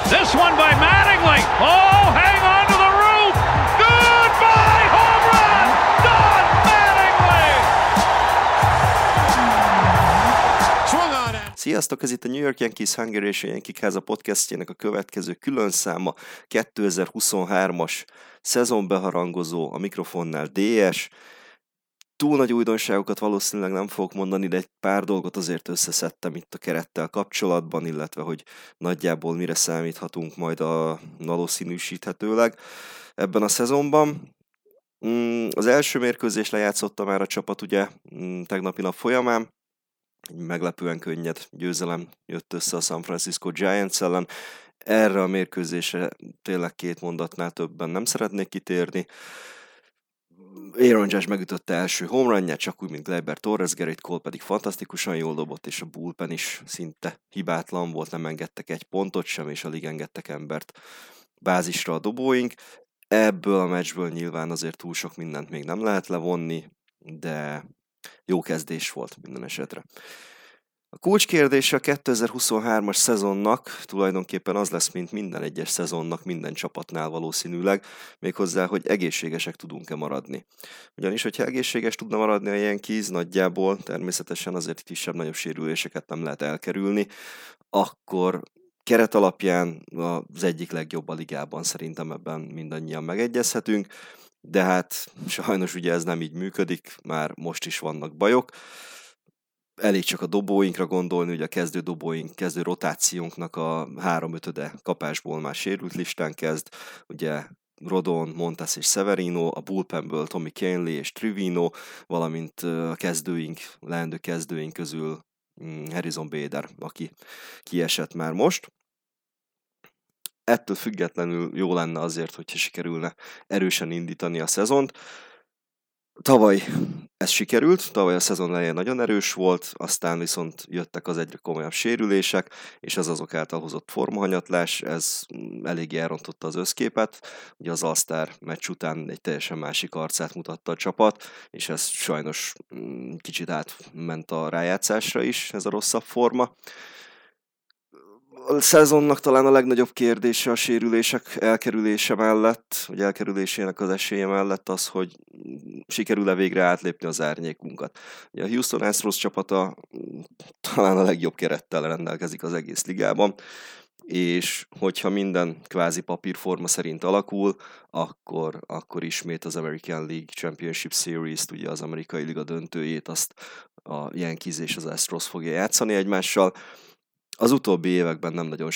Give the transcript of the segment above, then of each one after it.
This one by Mattingly. Oh, hang on to the roof. Goodbye, home run. Don Mattingly. Swung on it. Sziasztok, ez itt a New York Yankees Hungary és a Yankee Háza podcastjének a következő külön száma, 2023-as szezonbeharangozó, a mikrofonnál DS. Túl nagy újdonságokat valószínűleg nem fogok mondani, de egy pár dolgot azért összeszedtem itt a kerettel kapcsolatban, illetve hogy nagyjából mire számíthatunk majd a valószínűsíthetőleg ebben a szezonban. Az első mérkőzést lejátszotta már a csapat ugye tegnapi nap folyamán. Egy meglepően könnyed győzelem jött össze a San Francisco Giants ellen. Erre a mérkőzésre tényleg két mondatnál többen nem szeretnék kitérni. Aaron Judge megütötte első home runját, csak úgy, mint Gleyber Torres, Gerrit Cole pedig fantasztikusan jól dobott, és a bullpen is szinte hibátlan volt, nem engedtek egy pontot sem, és alig engedtek embert bázisra a dobóink. Ebből a meccsből nyilván azért túl sok mindent még nem lehet levonni, de jó kezdés volt minden esetre. A kulcskérdése a 2023-as szezonnak tulajdonképpen az lesz, mint minden egyes szezonnak, minden csapatnál valószínűleg, méghozzá, hogy egészségesek tudunk-e maradni. Ugyanis, hogyha egészséges tudna maradni a Yankees, nagyjából természetesen azért kisebb-nagyobb sérüléseket nem lehet elkerülni, akkor keret alapján az egyik legjobb a ligában, szerintem ebben mindannyian megegyezhetünk, de hát sajnos ugye ez nem így működik, már most is vannak bajok. Elég csak a dobóinkra gondolni, ugye a kezdő dobóink, kezdő rotációnknak a 3/5 kapásból már sérült listán kezd, ugye Rodon, Montas és Severino, a bullpenből Tommy Kahnle és Trivino, valamint a kezdőink, leendő kezdőink közül Harrison Bader, aki kiesett már most. Ettől függetlenül jó lenne azért, hogyha sikerülne erősen indítani a szezont. Tavaly ez sikerült, tavaly a szezon elején nagyon erős volt, aztán viszont jöttek az egyre komolyabb sérülések, és ez azok által hozott formahanyatlás, ez eléggé elrontotta az összképet. Ugye az All-Star meccs után egy teljesen másik arcát mutatta a csapat, és ez sajnos kicsit átment a rájátszásra is, ez a rosszabb forma. A szezonnak talán a legnagyobb kérdése a sérülések elkerülése mellett, vagy elkerülésének az esélye mellett az, hogy sikerül-e végre átlépni az árnyékunkat. Ugye a Houston Astros csapata talán a legjobb kerettel rendelkezik az egész ligában, és hogyha minden kvázi papírforma szerint alakul, akkor ismét az American League Championship Series-t, ugye az amerikai liga döntőjét, azt a Yankees és az Astros fogja játszani egymással. Az utóbbi években nem nagyon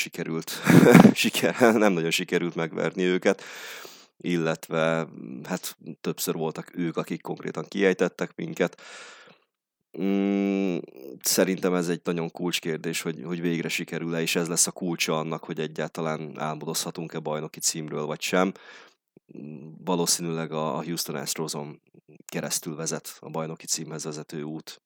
sikerült megverni őket, illetve hát többször voltak ők, akik konkrétan kiejtettek minket. Szerintem ez egy nagyon kulcskérdés, hogy végre sikerül-e, és ez lesz a kulcsa annak, hogy egyáltalán álmodozhatunk-e bajnoki címről, vagy sem. Valószínűleg a Houston Astroson keresztül vezet a bajnoki címhez vezető út.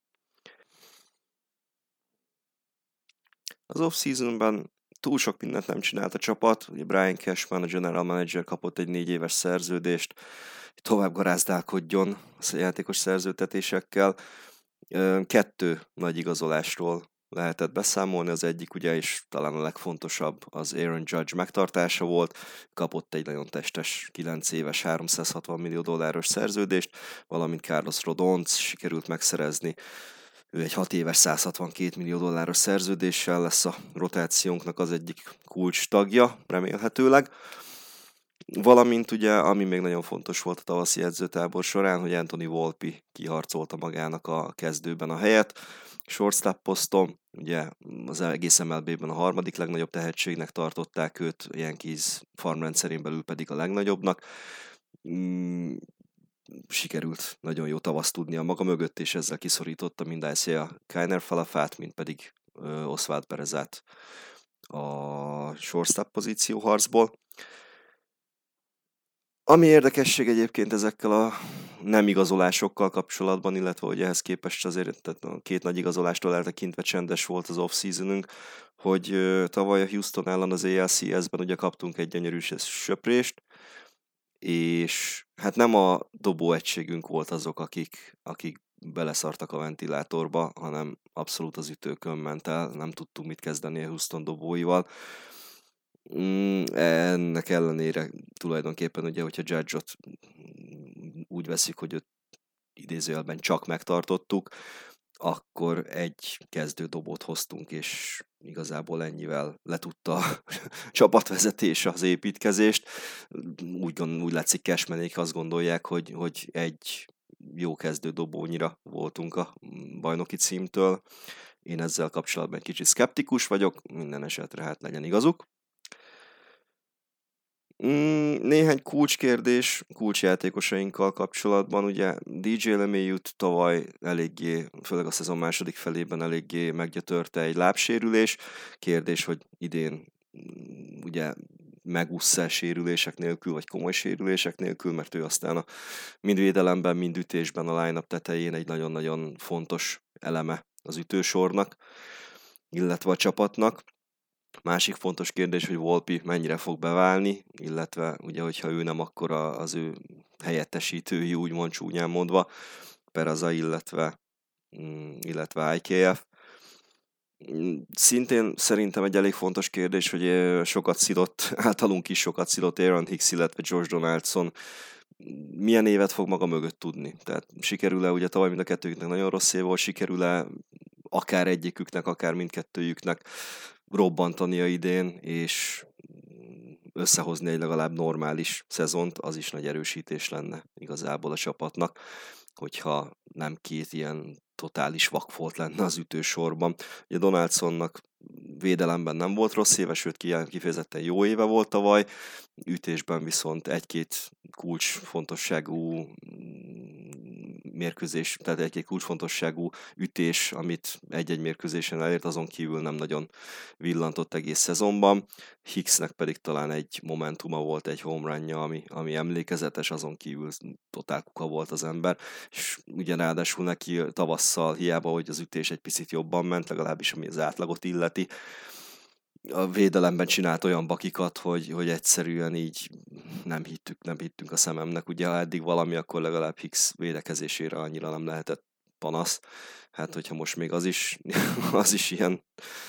Az off-seasonben túl sok mindent nem csinált a csapat, ugye Brian Cashman, a general manager kapott egy 4 éves szerződést, tovább garázdálkodjon a játékos szerződtetésekkel. 2 nagy igazolásról lehetett beszámolni, az egyik ugye, és talán a legfontosabb, az Aaron Judge megtartása volt, kapott egy nagyon testes 9 éves $360 millió szerződést, valamint Carlos Rodont sikerült megszerezni. Ő egy 6 éves $162 millió szerződéssel lesz a rotációnknak az egyik kulcs tagja, remélhetőleg. Valamint ugye, ami még nagyon fontos volt a tavaszi edzőtábor során, hogy Anthony Volpe kiharcolta magának a kezdőben a helyet. Shortstop poszton, ugye az egész MLB-ben a harmadik legnagyobb tehetségnek tartották őt, a Yankees farmrendszerén belül pedig a legnagyobbnak. Sikerült nagyon jó tavaszt tudni a maga mögött, és ezzel kiszorította mind Isaiah Kiner Falafát, mind pedig Oswald Perezát a shortstop pozíció harcból. Ami érdekesség egyébként ezekkel a nem igazolásokkal kapcsolatban, illetve hogy ehhez képest azért tehát a 2 nagy igazolástól eltekintve csendes volt az off-seasonünk, hogy tavaly a Houston ellen az ALCS-ben ugye kaptunk egy gyönyörű söprést, és hát nem a dobóegységünk volt azok, akik beleszartak a ventilátorba, hanem abszolút az ütőkön ment el, nem tudtunk mit kezdeni a Houston dobóival. Ennek ellenére tulajdonképpen ugye, hogyha Judge-ot úgy veszik, hogy őt idézőjelben csak megtartottuk, akkor egy kezdődobót hoztunk, és igazából ennyivel letudta a csapatvezetés az építkezést. Úgy látszik, Cashmanék azt gondolják, hogy egy jó kezdődobónyira voltunk a bajnoki címtől. Én ezzel kapcsolatban egy kicsit szkeptikus vagyok, minden esetre hát legyen igazuk. Néhány kulcskérdés kulcsjátékosainkkal kapcsolatban, ugye DJ LeMahieu-t tavaly eléggé, főleg a szezon második felében eléggé meggyötörte egy lábsérülés. Kérdés, hogy idén ugye megúszza sérülések nélkül, vagy komoly sérülések nélkül, mert ő aztán mind védelemben, mind ütésben a line-up tetején egy nagyon-nagyon fontos eleme az ütősornak, illetve a csapatnak. Másik fontos kérdés, hogy Volpi mennyire fog beválni, illetve ugye, hogyha ő nem, akkor az ő helyettesítői, úgymond csúnyán mondva, Peraza, illetve IKF. Szintén szerintem egy elég fontos kérdés, hogy általunk is sokat szidott Aaron Hicks, illetve Josh Donaldson milyen évet fog maga mögött tudni. Tehát sikerül-e, ugye tavaly mind a kettőjüknek nagyon rossz év volt, sikerül-e akár egyiküknek, akár mindkettőjüknek robbantania idén, és összehozni egy legalább normális szezont, az is nagy erősítés lenne igazából a csapatnak, hogyha nem két ilyen totális vakfolt lenne az ütősorban. Ugye Donaldsonnak védelemben nem volt rossz éve, sőt kifejezetten jó éve volt tavaly, ütésben viszont egy-két kulcsfontosságú mérkőzés, tehát egy-két kulcsfontosságú ütés, amit egy-egy mérkőzésen elért, azon kívül nem nagyon villantott egész szezonban. Hicksnek pedig talán egy momentuma volt, egy home runja, ami emlékezetes, azon kívül totál kuka volt az ember, és ugye ráadásul neki tavasszal hiába, hogy az ütés egy picit jobban ment, legalábbis ami az átlagot illeti, a védelemben csinált olyan bakikat, hogy egyszerűen így nem hittünk a szememnek. Ugye, ha eddig valami, akkor legalább Hicks védekezésére annyira nem lehetett panasz. Hát, hogyha most még az is ilyen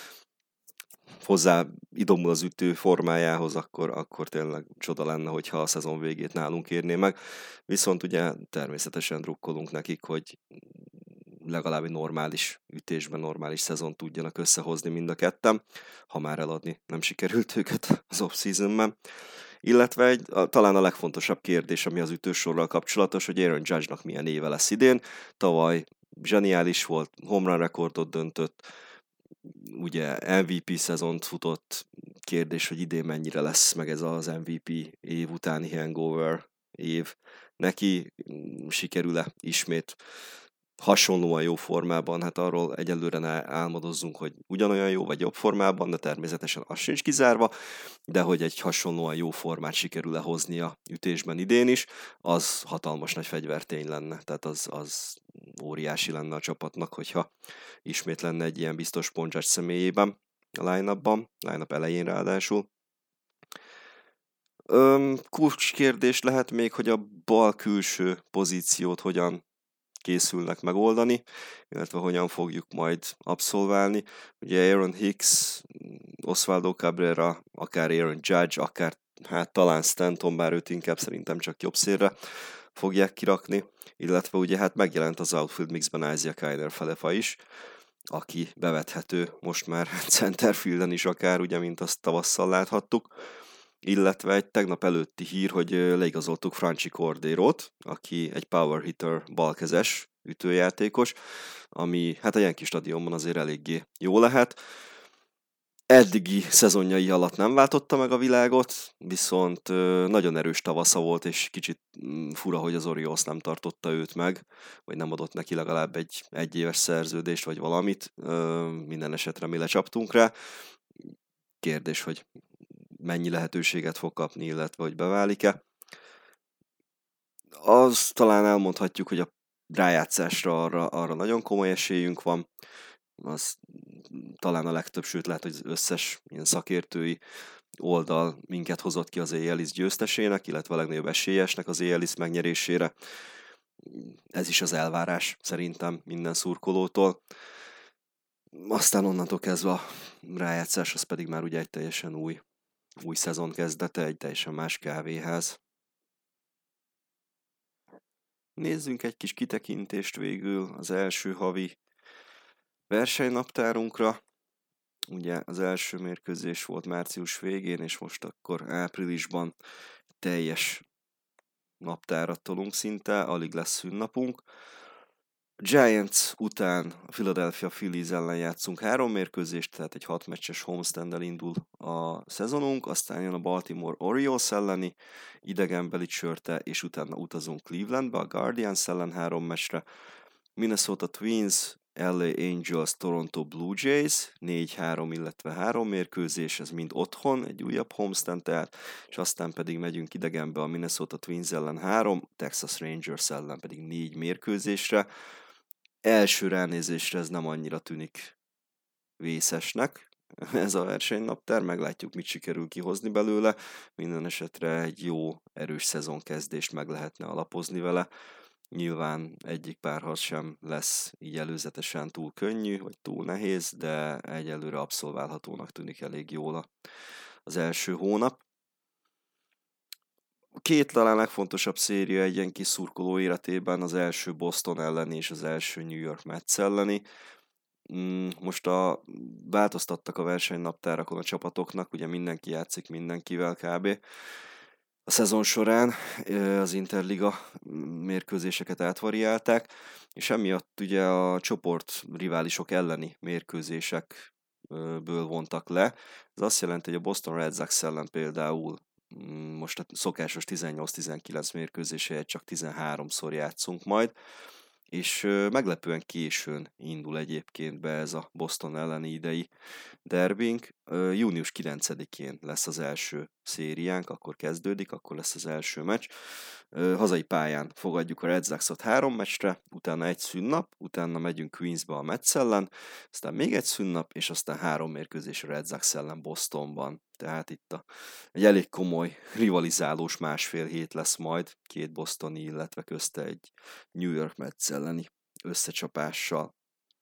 hozzá idomul az ütő formájához, akkor tényleg csoda lenne, hogyha a szezon végét nálunk érné meg. Viszont ugye természetesen drukkolunk nekik, hogy legalább egy normális ütésben, normális szezon tudjanak összehozni mind a ketten, ha már eladni nem sikerült őket az off-seasonben. Illetve talán a legfontosabb kérdés, ami az ütősorral kapcsolatos, hogy Aaron Judge-nak milyen éve lesz idén. Tavaly zseniális volt, home run rekordot döntött, ugye MVP szezont futott, kérdés, hogy idén mennyire lesz meg ez az MVP év utáni hangover év. Neki sikerül-e ismét hasonlóan jó formában, hát arról egyelőre ne álmodozzunk, hogy ugyanolyan jó vagy jobb formában, de természetesen az sincs kizárva, de hogy egy hasonlóan jó formát sikerül-e hozni a ütésben idén is, az hatalmas nagy fegyvertény lenne, tehát az óriási lenne a csapatnak, hogyha ismét lenne egy ilyen biztos Pondzsás személyében a line-up elején ráadásul. Kulcskérdés lehet még, hogy a bal külső pozíciót hogyan készülnek megoldani, illetve hogyan fogjuk majd abszolválni. Ugye Aaron Hicks, Osvaldo Cabrera, akár Aaron Judge, akár hát talán Stanton, bár őt inkább szerintem csak jobb szélre fogják kirakni, illetve ugye hát megjelent az outfield mixben Isaiah Kiner Falefa is, aki bevethető most már centerfielden is akár, ugye, mint azt tavasszal láthattuk. Illetve egy tegnap előtti hír, hogy leigazoltuk Franchy Corderót, aki egy power hitter, balkezes ütőjátékos, ami hát a Yankee stadionban azért eléggé jó lehet. Eddigi szezonjai alatt nem váltotta meg a világot, viszont nagyon erős tavasza volt, és kicsit fura, hogy az Orioles nem tartotta őt meg, vagy nem adott neki legalább egy egyéves szerződést, vagy valamit. Minden esetre mi lecsaptunk rá. Kérdés, hogy mennyi lehetőséget fog kapni, illetve hogy beválik-e. Az talán elmondhatjuk, hogy a rájátszásra arra nagyon komoly esélyünk van. Az talán a legtöbb, sőt lehet, hogy az összes ilyen szakértői oldal minket hozott ki az AL East győztesének, illetve a legnagyobb esélyesnek az AL East megnyerésére. Ez is az elvárás szerintem minden szurkolótól. Aztán onnantól kezdve a rájátszás az pedig már ugye egy teljesen új új szezon kezdete, egy teljesen más kávéház. Nézzünk egy kis kitekintést végül az első havi versenynaptárunkra. Ugye az első mérkőzés volt március végén, és most akkor áprilisban teljes naptárat tolunk szinte, alig lesz szünnapunk. Giants után a Philadelphia Phillies ellen játszunk 3 mérkőzést, tehát egy 6 meccses homestanddel indul a szezonunk, aztán jön a Baltimore Orioles elleni idegenbeli csörte, és utána utazunk Clevelandbe, a Guardians ellen 3 meccsre, Minnesota Twins, LA Angels, Toronto Blue Jays, 4-3, illetve 3 mérkőzés, ez mind otthon, egy újabb homestand tehát, és aztán pedig megyünk idegenbe a Minnesota Twins ellen 3, Texas Rangers ellen pedig 4 mérkőzésre. Első ránézésre ez nem annyira tűnik vészesnek, ez a versenynaptár, meglátjuk, mit sikerül kihozni belőle, minden esetre egy jó, erős szezonkezdést meg lehetne alapozni vele. Nyilván egyik párharc sem lesz így előzetesen túl könnyű, vagy túl nehéz, de egyelőre abszolválhatónak tűnik elég jól az első hónap. Két talán legfontosabb széria egy ilyen kis szurkoló életében, az első Boston elleni és az első New York Mets elleni. Most változtattak a versenynaptárakon a csapatoknak, ugye mindenki játszik mindenkivel kb. A szezon során az Interliga mérkőzéseket átvariálták, és emiatt ugye a csoport riválisok elleni mérkőzésekből vontak le. Ez azt jelenti, hogy a Boston Red Sox ellen például most a szokásos 18-19 mérkőzés helyett csak 13-szor játszunk majd, és meglepően későn indul egyébként be ez a Boston elleni idei derbink. Június 9-én lesz az első szériánk, akkor kezdődik, akkor lesz az első meccs. Hazai pályán fogadjuk a Red Soxot 3 meccsre, utána egy szünnap, utána megyünk Queensbe a Mets ellen, aztán még egy szünnap, és aztán 3 mérkőzés a Red Sox ellen Bostonban. Tehát itt egy elég komoly rivalizálós másfél hét lesz majd, 2 bostoni, illetve közte egy New York Mets elleni összecsapással.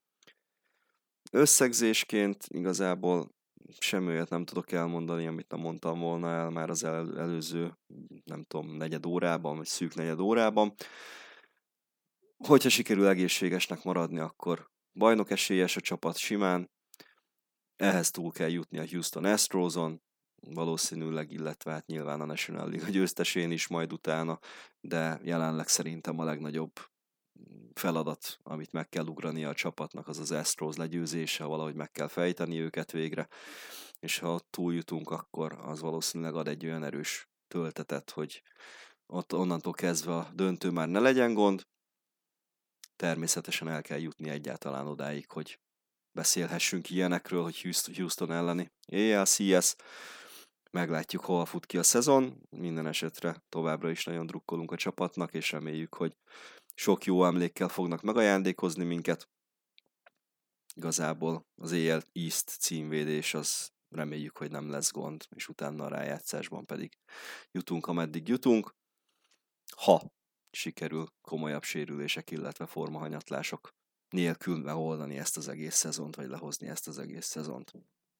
Összegzésként igazából semmi olyat nem tudok elmondani, amit nem mondtam volna el már az előző, nem tudom, negyed órában, vagy szűk negyed órában. Hogyha sikerül egészségesnek maradni, akkor bajnok esélyes a csapat simán. Ehhez túl kell jutni a Houston Astroson, valószínűleg, illetve hát nyilván a National League győztesén is majd utána, de jelenleg szerintem a legnagyobb feladat, amit meg kell ugrania a csapatnak, az az Astros legyőzése, valahogy meg kell fejteni őket végre, és ha ott túljutunk, akkor az valószínűleg ad egy olyan erős töltetet, hogy ott onnantól kezdve a döntő már ne legyen gond. Természetesen el kell jutni egyáltalán odáig, hogy beszélhessünk ilyenekről, hogy Houston elleni ALCS. Meglátjuk, hova fut ki a szezon. Minden esetre továbbra is nagyon drukkolunk a csapatnak, és reméljük, hogy sok jó emlékkel fognak megajándékozni minket. Igazából az AL East címvédés, az reméljük, hogy nem lesz gond, és utána a rájátszásban pedig jutunk, ameddig jutunk. Ha sikerül komolyabb sérülések, illetve formahanyatlások nélkül megoldani ezt az egész szezont, vagy lehozni ezt az egész szezont.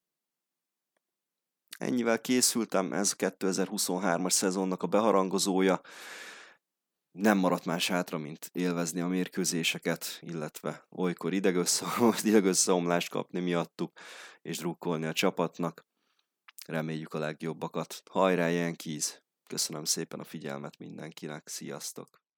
Ennyivel készültem, ez a 2023-as szezonnak a beharangozója. Nem maradt más hátra, mint élvezni a mérkőzéseket, illetve olykor idegösszeomlást kapni miattuk, és drukkolni a csapatnak. Reméljük a legjobbakat. Hajrá, Yankees! Köszönöm szépen a figyelmet mindenkinek, sziasztok!